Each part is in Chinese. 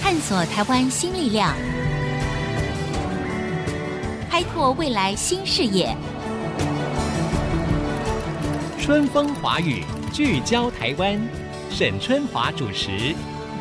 探索台湾新力量，开拓未来新视野。 春风华语，聚焦台湾，沈春华主持。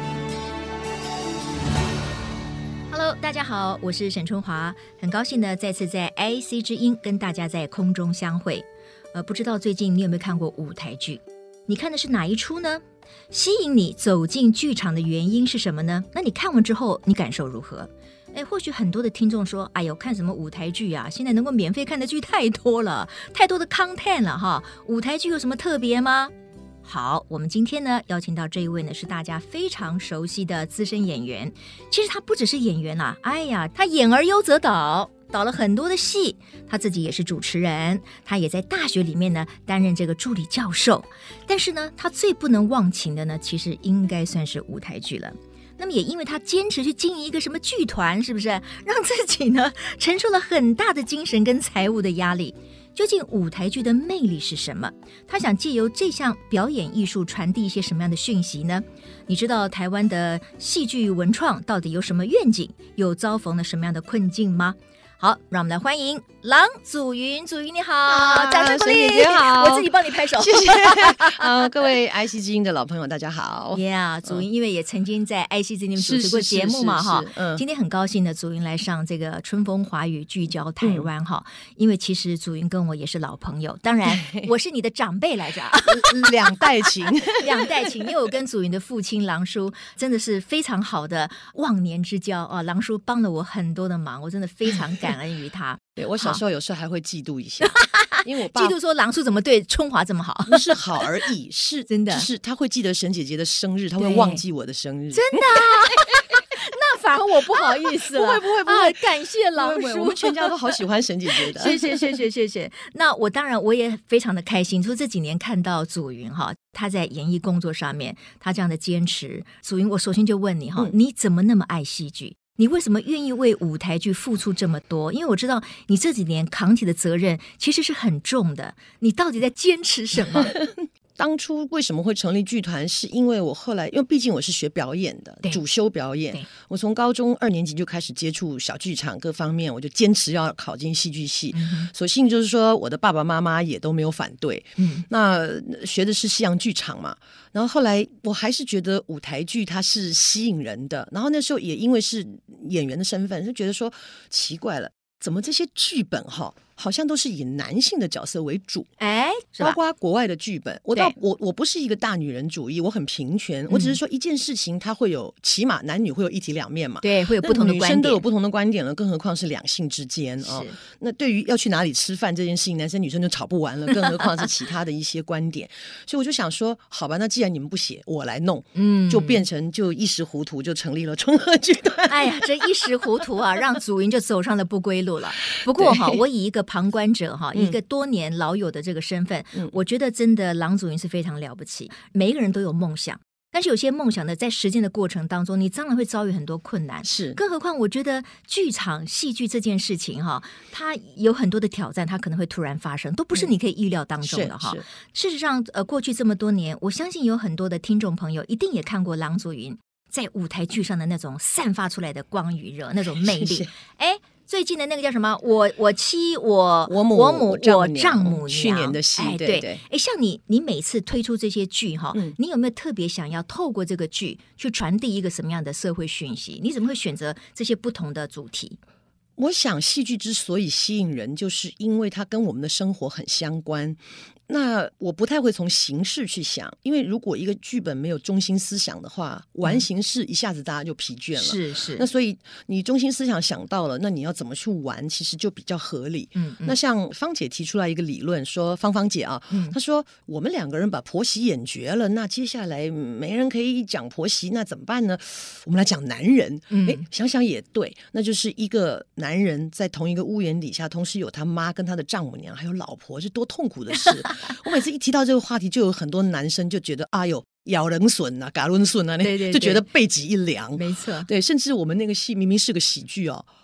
Hello， 大家好，我是沈春华，很高兴的再次在 IC 之音跟大家在空中相会。不知道最近你有没有看过舞台剧？你看的是哪一出呢？吸引你走进剧场的原因是什么呢？那你看完之后，你感受如何？或许很多的听众说，哎呦，看什么舞台剧啊？现在能够免费看的剧太多了，太多的 content 了哈。舞台剧有什么特别吗？好，我们今天呢邀请到这一位呢是大家非常熟悉的资深演员。其实他不只是演员啦，哎呀，他演而优则导了很多的戏，他自己也是主持人，他也在大学里面呢担任这个助理教授。但是呢，他最不能忘情的呢，其实应该算是舞台剧了。那么也因为他坚持去经营一个什么剧团，是不是让自己呢承受了很大的精神跟财务的压力？究竟舞台剧的魅力是什么？他想借由这项表演艺术传递一些什么样的讯息呢？你知道台湾的戏剧文创到底有什么愿景，又遭逢了什么样的困境吗？好，让我们来欢迎郎祖筠。祖筠你好，掌声鼓励。 沈姐好， 我自己帮你拍手， 谢谢。各位 IC 之音的老朋友大家好。 祖筠因为也曾经在 IC 之音主持过节目嘛哈，今天很高兴的祖筠来上这个春风华语聚焦台湾哈，因为其实祖筠跟我也是老朋友，当然我是你的长辈来着， 两代情， 两代情，因为我跟祖筠的父亲郎叔真的是非常好的忘年之交啊，郎叔帮了我很多的忙，我真的非常感恩于他。 对，我小时候有时候还会嫉妒一下，因为我爸嫉妒说郎叔怎么对春华这么好， 不是好而已，是真的， 就是他会记得沈姐姐的生日，他会忘记我的生日， 真的那反而我不好意思了， 不会， 感谢郎叔， 我们全家都好喜欢沈姐姐的， 谢谢。那我当然我也非常的开心，说这几年看到祖筠哈，他在演艺工作上面他这样的坚持。祖筠，我首先就问你哈，你怎么那么爱戏剧？你为什么愿意为舞台剧付出这么多？因为我知道你这几年扛起的责任其实是很重的，你到底在坚持什么？ 当初为什么会成立剧团，是因为我后来，因为毕竟我是学表演的，主修表演，我从高中2年级就开始接触小剧场各方面，我就坚持要考进戏剧系，所幸就是说我的爸爸妈妈也都没有反对，那学的是西洋剧场嘛，然后后来我还是觉得舞台剧它是吸引人的，然后那时候也因为是演员的身份，就觉得说奇怪了，怎么这些剧本好像都是以男性的角色为主，包括国外的剧本。我不是一个大女人主义，我很平权，我只是说一件事情它会有，起码男女会有一体两面嘛， 对，会有不同的观点， 女生都有不同的观点了，更何况是两性之间哦。那对于要去哪里吃饭这件事情，男生女生就吵不完了，更何况是其他的一些观点。所以我就想说，好吧，那既然你们不写，我来弄，就变成就一时糊涂就成立了春和剧团。 哎呀，这一时糊涂啊，让祖筠就走上了不归路了。不过我以一个旁观者一个多年老友的这个身份，我觉得真的郎祖筠是非常了不起。每一个人都有梦想，但是有些梦想呢，在实践的过程当中，你当然会遭遇很多困难。 是， 更何况我觉得剧场戏剧这件事情它有很多的挑战，它可能会突然发生，都不是你可以预料当中的事实上，过去这么多年，我相信有很多的听众朋友一定也看过郎祖筠在舞台剧上的那种散发出来的光与热，那种魅力。最近的那个叫什么？我妻我母我丈母娘， 去年的戏，对。 像你每次推出这些剧你有没有特别想要透过这个剧去传递一个什么样的社会讯息？你怎么会选择这些不同的主题？ 我想戏剧之所以吸引人，就是因为它跟我们的生活很相关。那我不太会从形式去想，因为如果一个剧本没有中心思想的话，玩形式一下子大家就疲倦了。 是。 那所以你中心思想想到了，那你要怎么去玩，其实就比较合理。那像芳姐提出来一个理论，说芳姐啊，她说我们2个人把婆媳演绝了，那接下来没人可以讲婆媳，那怎么办呢？我们来讲男人。想想也对，那就是一个男人在同一个屋檐底下，同时有他妈跟他的丈母娘还有老婆，是多痛苦的事。我每次一提到这个话题，就有很多男生就觉得哎呦咬人笋啊嘎伦笋啊， 对， 就觉得背脊一凉。 没错， 对，甚至我们那个戏明明是个喜剧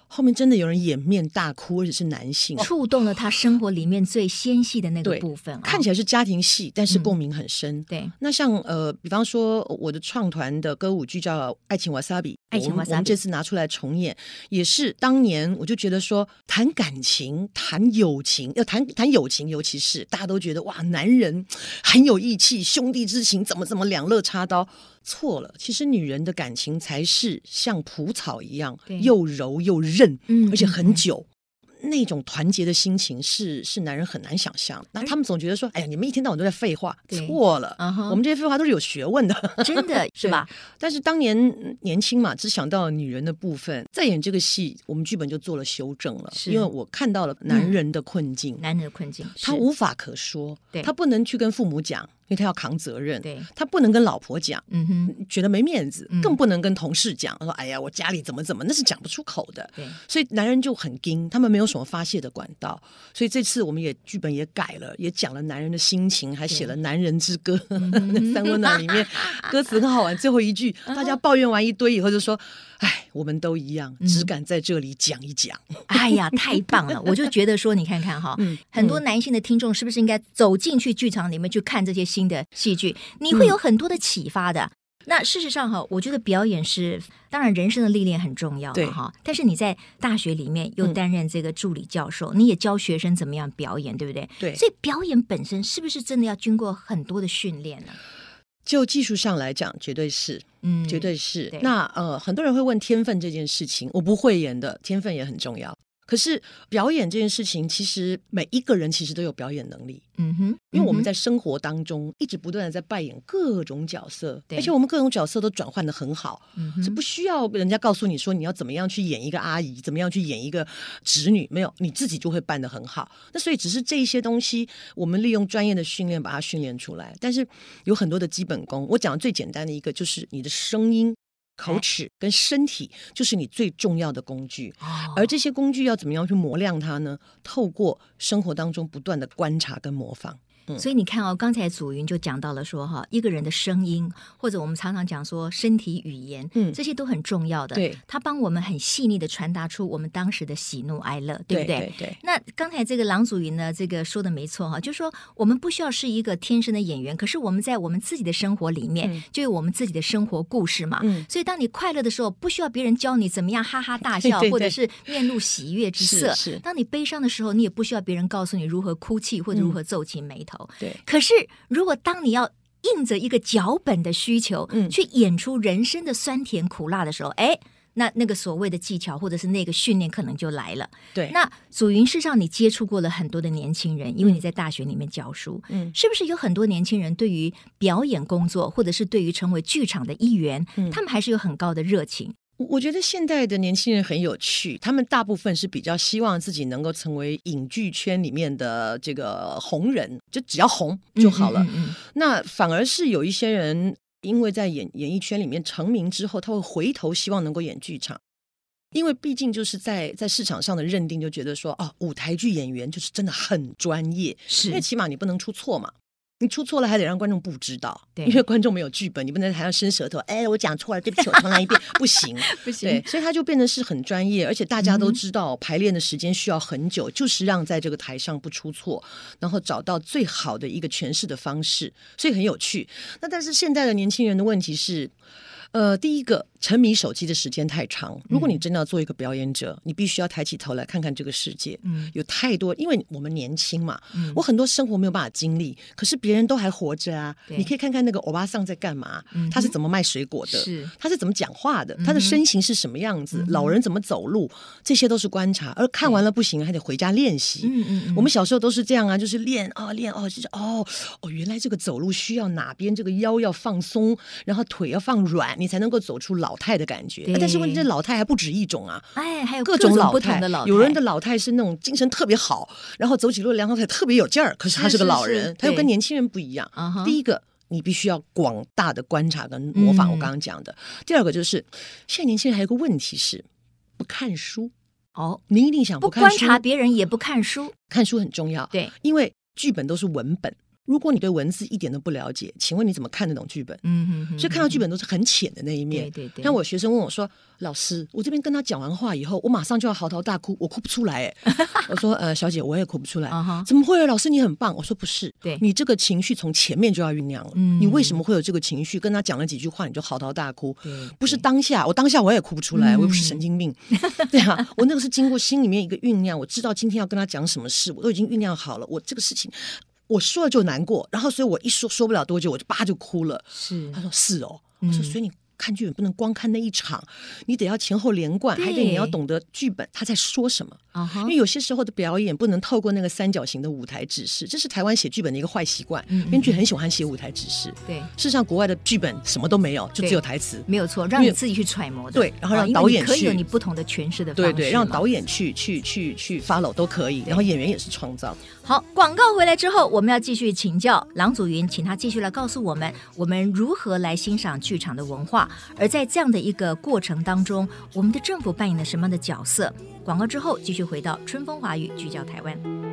后面真的有人掩面大哭，而且是男性， 触动了他生活里面最纤细的那个部分。 看起来是家庭戏，但是共鸣很深。 对， 那像比方说我的创团的歌舞剧叫《爱情瓦萨比》，我们这次拿出来重演，也是当年我就觉得说，谈感情、谈友情，要谈友情，尤其是大家都觉得哇，男人很有义气，兄弟之情怎么两肋插刀。错了，其实女人的感情才是像蒲草一样，又柔又韧，而且很久。那种团结的心情是男人很难想象。那他们总觉得说，哎呀，你们一天到晚都在废话，错了，我们这些废话都是有学问的， 真的是吧？ 但是当年年轻嘛，只想到女人的部分，在演这个戏，我们剧本就做了修正了，因为我看到了男人的困境， 男人的困境， 他无法可说，他不能去跟父母讲。因为他要扛责任，他不能跟老婆讲，觉得没面子，更不能跟同事讲，说哎呀我家里怎么，那是讲不出口的。所以男人就很硬，他们没有什么发泄的管道。所以这次我们剧本也改了，也讲了男人的心情，还写了男人之歌。三温暖里面歌词很好玩，最后一句大家抱怨完一堆以后就说，哎，我们都一样，只敢在这里讲一讲。 哎呀太棒了，我就觉得说你看看哈，很多男性的听众是不是应该走进去剧场里面去看这些新的戏剧，你会有很多的启发的。那事实上哈，我觉得表演是当然人生的历练很重要哈，但是你在大学里面又担任这个助理教授，你也教学生怎么样表演，对不对？对，所以表演本身是不是真的要经过很多的训练呢？ 就技术上来讲，绝对是，绝对是。那很多人会问天分这件事情，我不会演的，天分也很重要。可是表演这件事情，其实每一个人其实都有表演能力。因为我们在生活当中一直不断的在扮演各种角色，而且我们各种角色都转换得很好，是不需要人家告诉你说你要怎么样去演一个阿姨，怎么样去演一个侄女，没有，你自己就会扮得很好。那所以只是这一些东西，我们利用专业的训练把它训练出来。但是有很多的基本功，我讲的最简单的一个就是你的声音。口齿跟身体就是你最重要的工具，而这些工具要怎么样去磨亮它呢？透过生活当中不断的观察跟模仿。 所以你看刚才祖云就讲到了说一个人的声音，或者我们常常讲说身体语言，这些都很重要的。对，他帮我们很细腻的传达出我们当时的喜怒哀乐，对不对？对。那刚才这个郎祖云呢，这个说的没错就是说我们不需要是一个天生的演员，可是我们在我们自己的生活里面，就有我们自己的生活故事嘛。所以当你快乐的时候，不需要别人教你怎么样哈哈大笑，或者是面露喜悦之色。是。当你悲伤的时候，你也不需要别人告诉你如何哭泣或者如何皱起眉头。对，可是如果当你要印着一个脚本的需求，去演出人生的酸甜苦辣的时候，那个所谓的技巧或者是那个训练可能就来了。对，那祖云事实上你接触过了很多的年轻人，因为你在大学里面教书，是不是有很多年轻人对于表演工作或者是对于成为剧场的一员，他们还是有很高的热情？ 我觉得现在的年轻人很有趣，他们大部分是比较希望自己能够成为影剧圈里面的这个红人，就只要红就好了。那反而是有一些人因为在演艺圈里面成名之后，他会回头希望能够演剧场，因为毕竟就是在市场上的认定就觉得说舞台剧演员就是真的很专业，因为起码你不能出错嘛。你出错了还得让观众不知道，因为观众没有剧本，你不能在台上伸舌头，我讲错了，对不起，我重来一遍，不行，不行。对，所以他就变得是很专业，而且大家都知道排练的时间需要很久，就是让在这个台上不出错，然后找到最好的一个诠释的方式，所以很有趣。那但是现在的年轻人的问题是，第一个，沉迷手机的时间太长。如果你真的要做一个表演者，你必须要抬起头来看看这个世界。有太多，因为我们年轻嘛，我很多生活没有办法经历，可是别人都还活着啊。你可以看看那个欧巴桑在干嘛，他是怎么卖水果的，他是怎么讲话的，他的身形是什么样子，老人怎么走路，这些都是观察。而看完了不行，还得回家练习。我们小时候都是这样啊，就是练就是原来这个走路需要哪边这个腰要放松，然后腿要放软，你才能够走出老态的感觉。但是问题是老态还不止一种啊， 还有各种老不同的老态。 有人的老态是那种精神特别好，然后走起路梁朝伟特别有劲儿，可是他是个老人，他又跟年轻人不一样。第一个，你必须要广大的观察跟模仿我刚刚讲的。第二个就是现在年轻人还有个问题是不看书。你一定想不看书， 不观察别人也不看书。 看书很重要，对，因为剧本都是文本， 如果你对文字一点都不了解，请问你怎么看那种剧本？所以看到剧本都是很浅的那一面。 对对对。 像我学生问我说：“老师，我这边跟他讲完话以后，我马上就要嚎啕大哭，我哭不出来。”我说：“小姐，我也哭不出来。怎么会？老师你很棒。”我说：“不是，你这个情绪从前面就要酝酿了。你为什么会有这个情绪？跟他讲了几句话你就嚎啕大哭，不是当下。我当下我也哭不出来，我又不是神经病。对啊，我那个是经过心里面一个酝酿，我知道今天要跟他讲什么事，我都已经酝酿好了。我这个事情。”我说了就难过，然后所以我一说不了多久，我就哭了。是，他说是哦，我说所以你看剧本不能光看那一场，你得要前后连贯，还得你要懂得剧本他在说什么。因为有些时候的表演不能透过那个三角形的舞台指示，这是台湾写剧本的一个坏习惯。编剧很喜欢写舞台指示，对，事实上国外的剧本什么都没有，就只有台词，没有错，让你自己去揣摩的。 对，然后让导演去， 可以有你不同的诠释的方式， 对，让导演去 follow 都可以，然后演员也是创造。 好，广告回来之后，我们要继续请教郎祖筠，请他继续来告诉我们如何来欣赏剧场的文化，而在这样的一个过程当中，我们的政府扮演了什么样的角色？广告之后继续回到春风华语，聚焦台湾。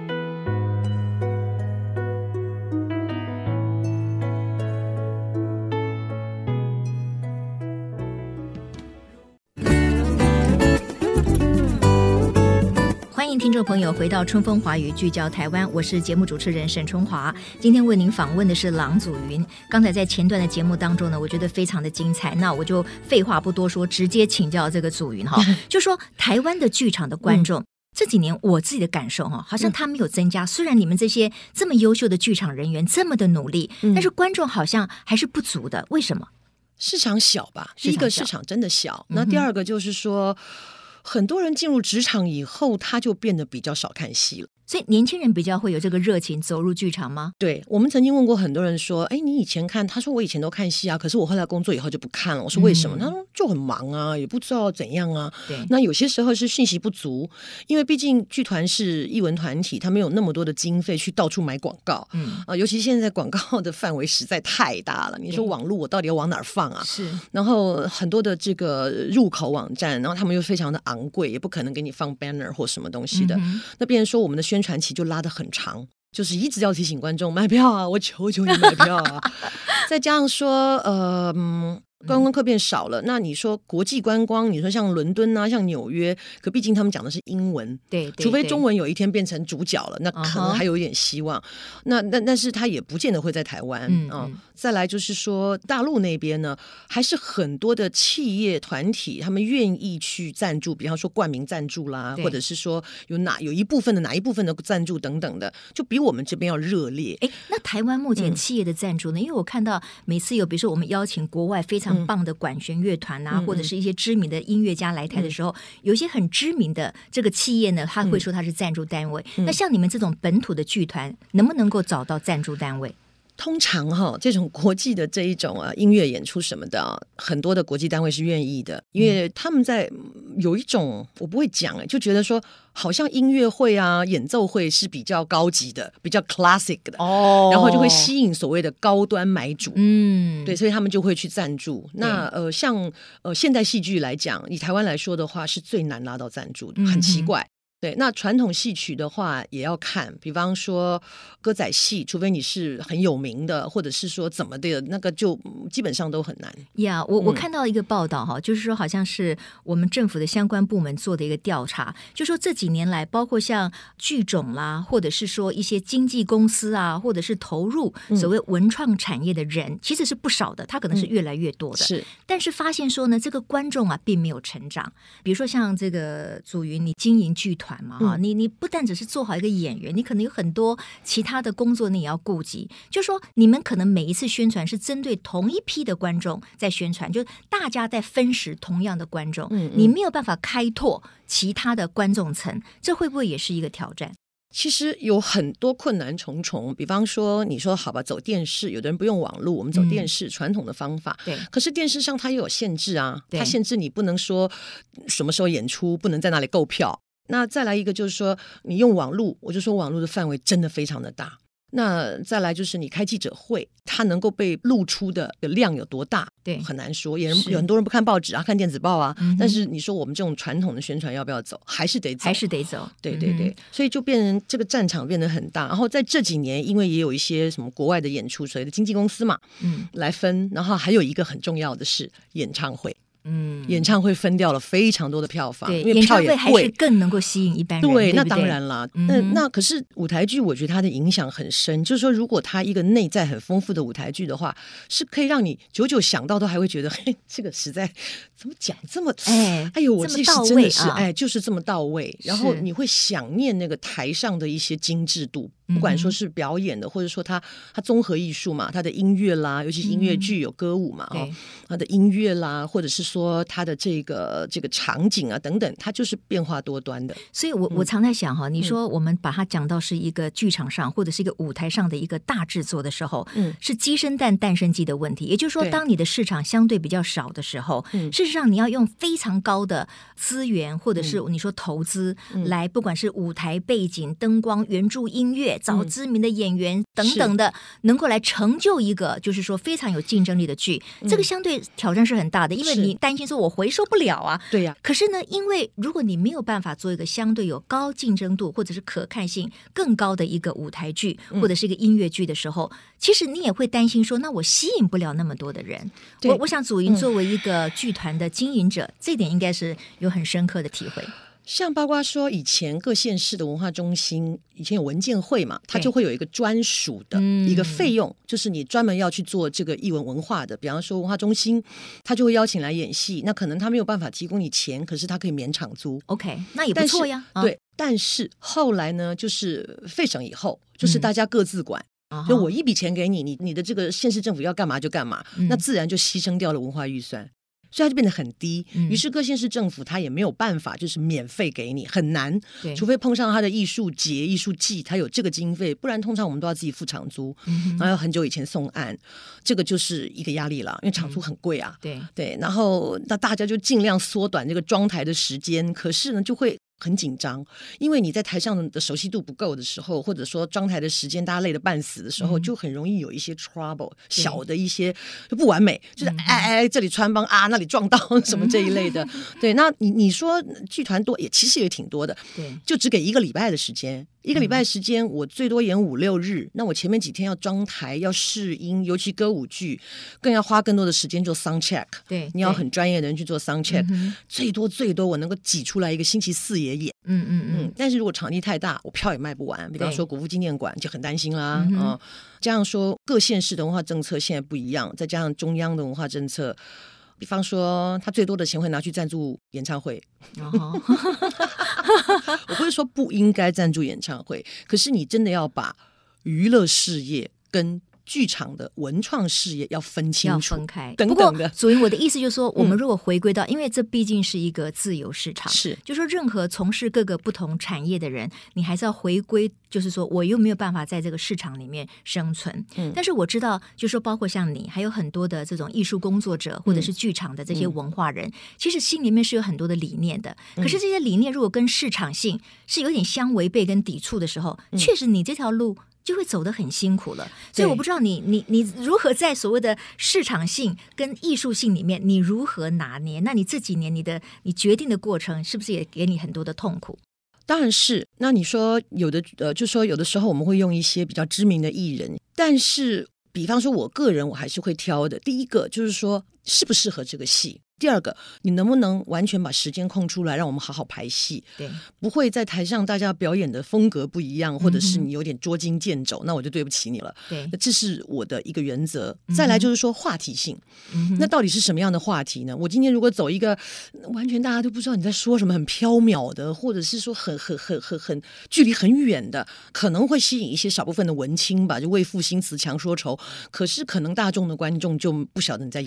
欢迎听众朋友回到春风华语，聚焦台湾，我是节目主持人沈春华。今天为您访问的是郎祖筠。刚才在前段的节目当中呢，我觉得非常的精彩，那我就废话不多说，直接请教这个祖筠哈，就说台湾的剧场的观众。这几年我自己的感受好像他没有增加，虽然你们这些这么优秀的剧场人员这么的努力，但是观众好像还是不足的，为什么？ 市场小吧，第一个市场真的小，那第二个就是说很多人进入职场以后他就变得比较少看戏了。 所以年轻人比较会有这个热情走入剧场吗？ 对，我们曾经问过很多人说，你以前看，他说我以前都看戏啊，可是我后来工作以后就不看了。我说为什么？他说就很忙啊，也不知道怎样啊。对，那有些时候是讯息不足，因为毕竟剧团是艺文团体，他没有那么多的经费去到处买广告。尤其现在广告的范围实在太大了。你说网络我到底要往哪儿放啊？是，然后很多的这个入口网站，然后他们又非常的昂贵，也不可能给你放 banner 或什么东西的。那变成说我们的宣传期就拉得很长，就是一直要提醒观众买票啊，我求求你买票啊。再加上说观光客变少了，那你说国际观光，你说像伦敦啊，像纽约，可毕竟他们讲的是英文，对，除非中文有一天变成主角了，那可能还有一点希望。但是他也不见得会在台湾再来就是说大陆那边呢，还是很多的企业团体他们愿意去赞助，比方说冠名赞助啦，或者是说有一部分的哪一部分的赞助等等的，就比我们这边要热烈。 那台湾目前企业的赞助呢？因为我看到每次有比如说我们邀请国外非常棒的管弦乐团啊，或者是一些知名的音乐家来台的时候，有一些很知名的这个企业呢，他会说他是赞助单位。那像你们这种本土的剧团，能不能够找到赞助单位？ 通常这种国际的这一种音乐演出什么的很多的国际单位是愿意的，因为他们在有一种我不会讲就觉得说好像音乐会啊演奏会是比较高级的，比较 classic 的然后就会吸引所谓的高端买主对，所以他们就会去赞助。那像现代戏剧来讲，以台湾来说的话是最难拿到赞助的，很奇怪。对，那传统戏曲的话也要看，比方说歌仔戏，除非你是很有名的，或者是说怎么的，那个就基本上都很难。 我看到一个报道就是说好像是我们政府的相关部门做的一个调查，就说这几年来，包括像剧种啦，或者是说一些经纪公司啊，或者是投入所谓文创产业的人，其实是不少的，他可能是越来越多的。是，但是发现说呢，这个观众并没有成长。比如说像这个祖筠，你经营剧团嘛你不但只是做好一个演员，你可能有很多其他的工作你也要顾及。就说你们可能每一次宣传是针对同一批的观众在宣传，就大家在分食同样的观众你没有办法开拓其他的观众层，这会不会也是一个挑战？ 其实有很多困难重重，比方说你说好吧，走电视，有的人不用网络，我们走电视传统的方法，对。可是电视上它也有限制啊，它限制你不能说什么时候演出，不能在那里购票。那再来一个就是说你用网络，我就说网络的范围真的非常的大， 那再来就是你开记者会，它能够被露出的量有多大， 对， 很难说。有很多人不看报纸啊，看电子报啊，但是你说我们这种传统的宣传要不要走，还是得走，对对对，所以就变成这个战场变得很大。然后在这几年，因为也有一些什么国外的演出，所谓的经纪公司嘛，来分。然后还有一个很重要的是演唱会。演唱会分掉了非常多的票房， 对， 因为票也贵， 演唱会还是更能够吸引一般人。 对， 那当然啦。那可是舞台剧，我觉得它的影响很深。就是说，如果它一个内在很丰富的舞台剧的话，是可以让你久久想到都还会觉得，嘿，这个实在怎么讲这么，哎呦，我这是真的是，就是这么到位。然后你会想念那个台上的一些精致度。不管说是表演的，或者说它综合艺术嘛，它的音乐啦，尤其是音乐剧有歌舞嘛，它的音乐啦，或者是说它的这个场景啊等等，它就是变化多端的。 所以我常在想哈，你说我们把它讲到是一个剧场上或者是一个舞台上的一个大制作的时候，是鸡生蛋诞生鸡的问题。也就是说，当你的市场相对比较少的时候，事实上你要用非常高的资源或者是你说投资来，不管是舞台背景、灯光、原著音乐。找知名的演员等等的，能够来成就一个就是说非常有竞争力的剧，这个相对挑战是很大的，因为你担心说我回收不了啊。 对呀。 可是呢，因为如果你没有办法做一个相对有高竞争度或者是可看性更高的一个舞台剧或者是一个音乐剧的时候，其实你也会担心说，那我吸引不了那么多的人。我想祖云作为一个剧团的经营者，这点应该是有很深刻的体会。 像包括说以前各县市的文化中心以前有文建会嘛，它就会有一个专属的一个费用，就是你专门要去做这个艺文文化的，比方说文化中心他就会邀请来演戏，那可能他没有办法提供你钱，可是他可以免场租。 OK， 那也不错呀。 对，但是后来呢，就是废省以后，就是大家各自管，就我一笔钱给你，你的这个县市政府要干嘛就干嘛，那自然就牺牲掉了文化预算，所以它就变得很低。于是各县市政府它也没有办法就是免费给你，很难，除非碰上它的艺术节艺术季它有这个经费，不然通常我们都要自己付场租，然后很久以前送案，这个就是一个压力了，因为场租很贵啊。对，然后那大家就尽量缩短这个装台的时间，可是呢就会很紧张，因为你在台上的熟悉度不够的时候，或者说装台的时间大家累得半死的时候，就很容易有一些 trouble， 小的一些就不完美，就是这里穿帮啊，那里撞到什么这一类的。对，那你说剧团多也其实也挺多的，对，就只给1个礼拜的时间。1个礼拜时间，我最多演5、6日，那我前面几天要装台，要试音，尤其歌舞剧，更要花更多的时间做 sound check。对，你要很专业的人去做 sound check。最多我能够挤出来一个星期4也演。但是如果场地太大，我票也卖不完。比方说国父纪念馆就很担心啦。这样说各县市的文化政策现在不一样，再加上中央的文化政策。比方说他最多的钱会拿去赞助演唱会。我不是说不应该赞助演唱会，可是你真的要把娱乐事业跟剧场的文创事业要分清楚， 要分开等等的。 所以我的意思就是说，我们如果回归到，因为这毕竟是一个自由市场， 是， 就是说任何从事各个不同产业的人，你还是要回归，就是说我又没有办法在这个市场里面生存。但是我知道，就是说包括像你，还有很多的这种艺术工作者或者是剧场的这些文化人，其实心里面是有很多的理念的。可是这些理念如果跟市场性是有点相违背跟抵触的时候，确实你这条路就会走得很辛苦了。所以我不知道你如何在所谓的市场性跟艺术性里面你如何拿捏。那你这几年你决定的过程是不是也给你很多的痛苦？ 当然是。那你说有的就说有的时候我们会用一些比较知名的艺人，但是比方说我个人我还是会挑的。第一个就是说适不适合这个戏，第二个你能不能完全把时间空出来让我们好好排戏，对，不会在台上大家表演的风格不一样，或者是你有点捉襟见肘，那我就对不起你了。对，这是我的一个原则。再来就是说话题性，那到底是什么样的话题呢？我今天如果走一个完全大家都不知道你在说什么，很飘渺的，或者是说很距离很远的，可能会吸引一些少部分的文青吧，就为赋新词强说愁，可是可能大众的观众就不晓得你在演什么。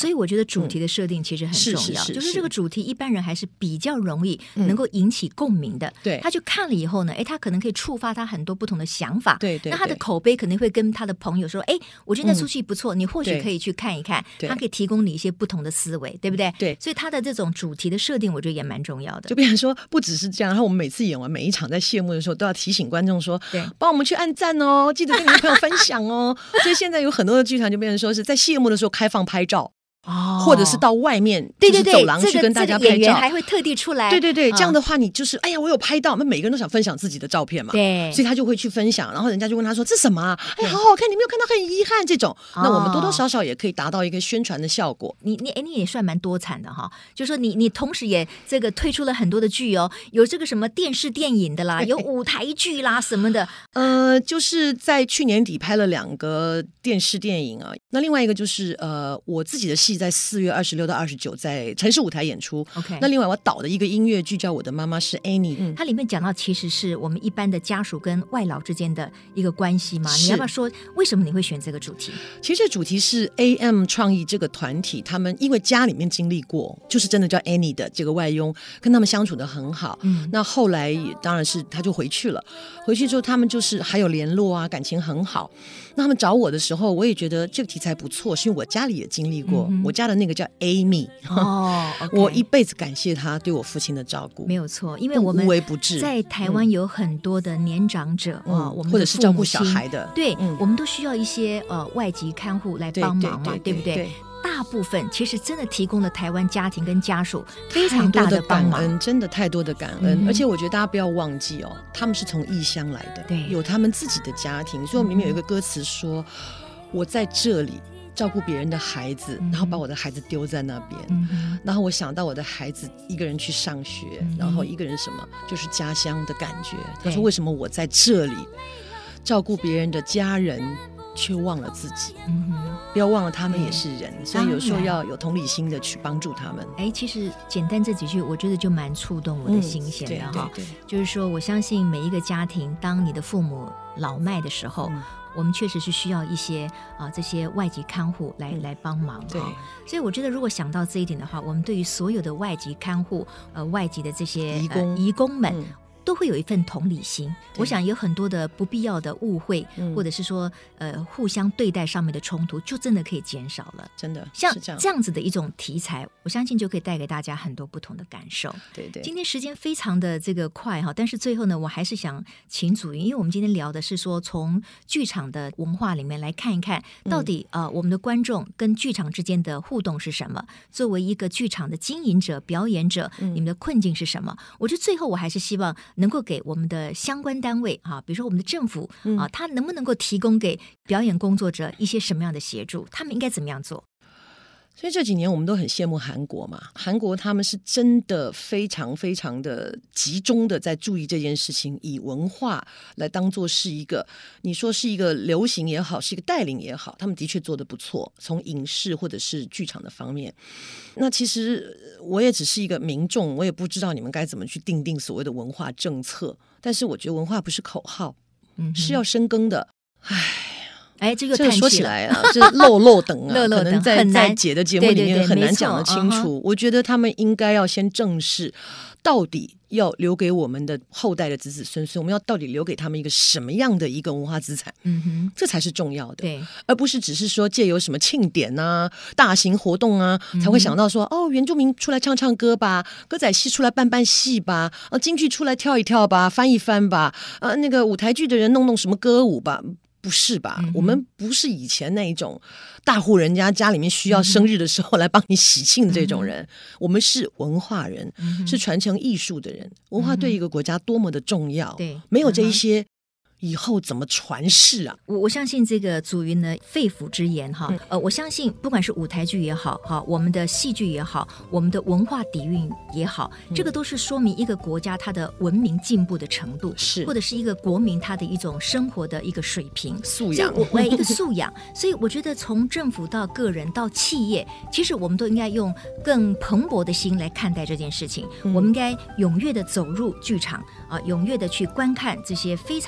所以我觉得主题的设定其实很重要，就是这个主题一般人还是比较容易能够引起共鸣的。 对， 他就看了以后呢，他可能可以触发他很多不同的想法。 对， 那他的口碑可能会跟他的朋友说，我觉得那出戏不错，你或许可以去看一看，他可以提供你一些不同的思维，对不对？ 对， 所以他的这种主题的设定，我觉得也蛮重要的。 就变成说，不只是这样，然后我们每次演完每一场在谢幕的时候，都要提醒观众说，帮我们去按赞哦，记得跟你的朋友分享哦。所以现在有很多的剧团就变成说是在谢幕的时候开放拍照。或者是到外面就是走廊去跟大家拍照， 演员还会特地出来。 对，这样的话你就是我有拍到，我们每个人都想分享自己的照片嘛， 对， 所以他就会去分享，然后人家就问他说这什么啊？好好看，你没有看到，很遗憾这种。那我们多多少少也可以达到一个宣传的效果。 你也算蛮多产的哈，就是说你同时也这个推出了很多的剧哦，有这个什么电视电影的啦，有舞台剧啦什么的。 就是在去年底拍了2个电视电影啊，那另外一个就是我自己的戏在4月26到29在城市舞台演出。 OK， 那另外我导的一个音乐剧叫《我的妈妈是 Annie》， 它里面讲到其实是我们一般的家属跟外劳之间的一个关系嘛。你要不要说为什么你会选这个主题？ 其实这主题是 AM 创意这个团体，他们因为家里面经历过，就是真的叫 Annie 的这个外佣，跟他们相处得很好。那后来当然是他就回去了，回去之后他们就是还有联络啊，感情很好。那他们找我的时候，我也觉得这个题材不错，是因为我家里也经历过，我家的那个叫 Amy，我一辈子感谢他对我父亲的照顾， 没有错，因为我们无微不至。 在台湾有很多的年长者我们或者是照顾小孩的， 对，我们都需要一些外籍看护来帮忙嘛，对不对？大部分其实真的提供了台湾家庭跟家属非常大的帮忙， 真的太多的感恩。而且我觉得大家不要忘记他们是从异乡来的， 对，有他们自己的家庭。所以我们里面有一个歌词说，我在这里照顾别人的孩子，然后把我的孩子丢在那边，然后我想到我的孩子一个人去上学，然后一个人什么就是家乡的感觉。他说为什么我在这里照顾别人的家人却忘了自己，不要忘了他们也是人，所以有时候要有同理心的去帮助他们。 其实简单这几句我觉得就蛮触动我的心弦的哈。就是说我相信每一个家庭，当你的父母老迈的时候，我们确实是需要一些这些外籍看护来帮忙。 对， 所以我觉得如果想到这一点的话，我们对于所有的外籍看护外籍的这些移工们都会有一份同理心。我想有很多的不必要的误会，或者是说互相对待上面的冲突，就真的可以减少了。 真的像这样子的一种题材，我相信就可以带给大家很多不同的感受。 对， 今天时间非常的这个快哈，但是最后呢，我还是想请祖云，因为我们今天聊的是说从剧场的文化里面来看一看，到底我们的观众跟剧场之间的互动是什么？作为一个剧场的经营者、表演者，你们的困境是什么？我觉得最后我还是希望能够给我们的相关单位比如说我们的政府他能不能够提供给表演工作者一些什么样的协助？他们应该怎么样做？ 所以这几年我们都很羡慕韩国嘛，韩国他们是真的非常非常的集中的在注意这件事情，以文化来当作是一个，你说是一个流行也好，是一个带领也好，他们的确做得不错，从影视或者是剧场的方面。那其实我也只是一个民众，我也不知道你们该怎么去定所谓的文化政策，但是我觉得文化不是口号，是要深耕的。 这个说起来这漏等可能在姐的节目里面很难讲得清楚。我觉得他们应该要先正视，到底要留给我们的后代的子子孙孙，我们要到底留给他们一个什么样的一个文化资产，这才是重要的。 对， 而不是只是说借由什么庆典啊、大型活动啊，才会想到说原住民出来唱唱歌吧，歌仔戏出来扮戏吧，京剧出来跳一跳吧，翻一翻吧，那个舞台剧的人弄什么歌舞吧。不是吧？我们不是以前那一种大户人家里面需要生日的时候来帮你喜庆的这种人，我们是文化人，是传承艺术的人。文化对一个国家多么的重要，对，没有这一些以后怎么传世啊？ 我相信这个祖云的肺腑之言我相信不管是舞台剧也好我们的戏剧也好，我们的文化底蕴也好，这个都是说明一个国家它的文明进步的程度，是或者是一个国民他的一种生活的一个水平素养， 一个素养。所以我觉得从政府到个人到企业，其实我们都应该用更蓬勃的心来看待这件事情。我们应该踊跃的走入剧场踊跃的去观看这些非常辛苦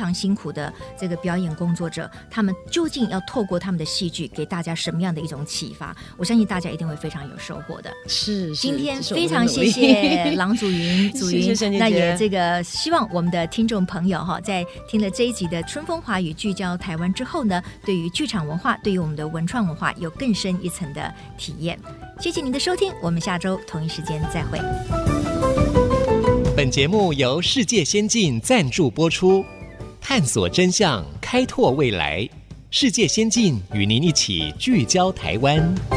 苦的这个表演工作者，他们究竟要透过他们的戏剧给大家什么样的一种启发？我相信大家一定会非常有收获的。 是， 今天非常谢谢郎祖云， 谢谢那也这个希望我们的听众朋友在听了这一集的春风华语聚焦台湾之后呢，对于剧场文化，对于我们的文创文化有更深一层的体验。谢谢您的收听，我们下周同一时间再会。 本节目由世界先进赞助播出，探索真相，开拓未来。世界先进与您一起聚焦台湾。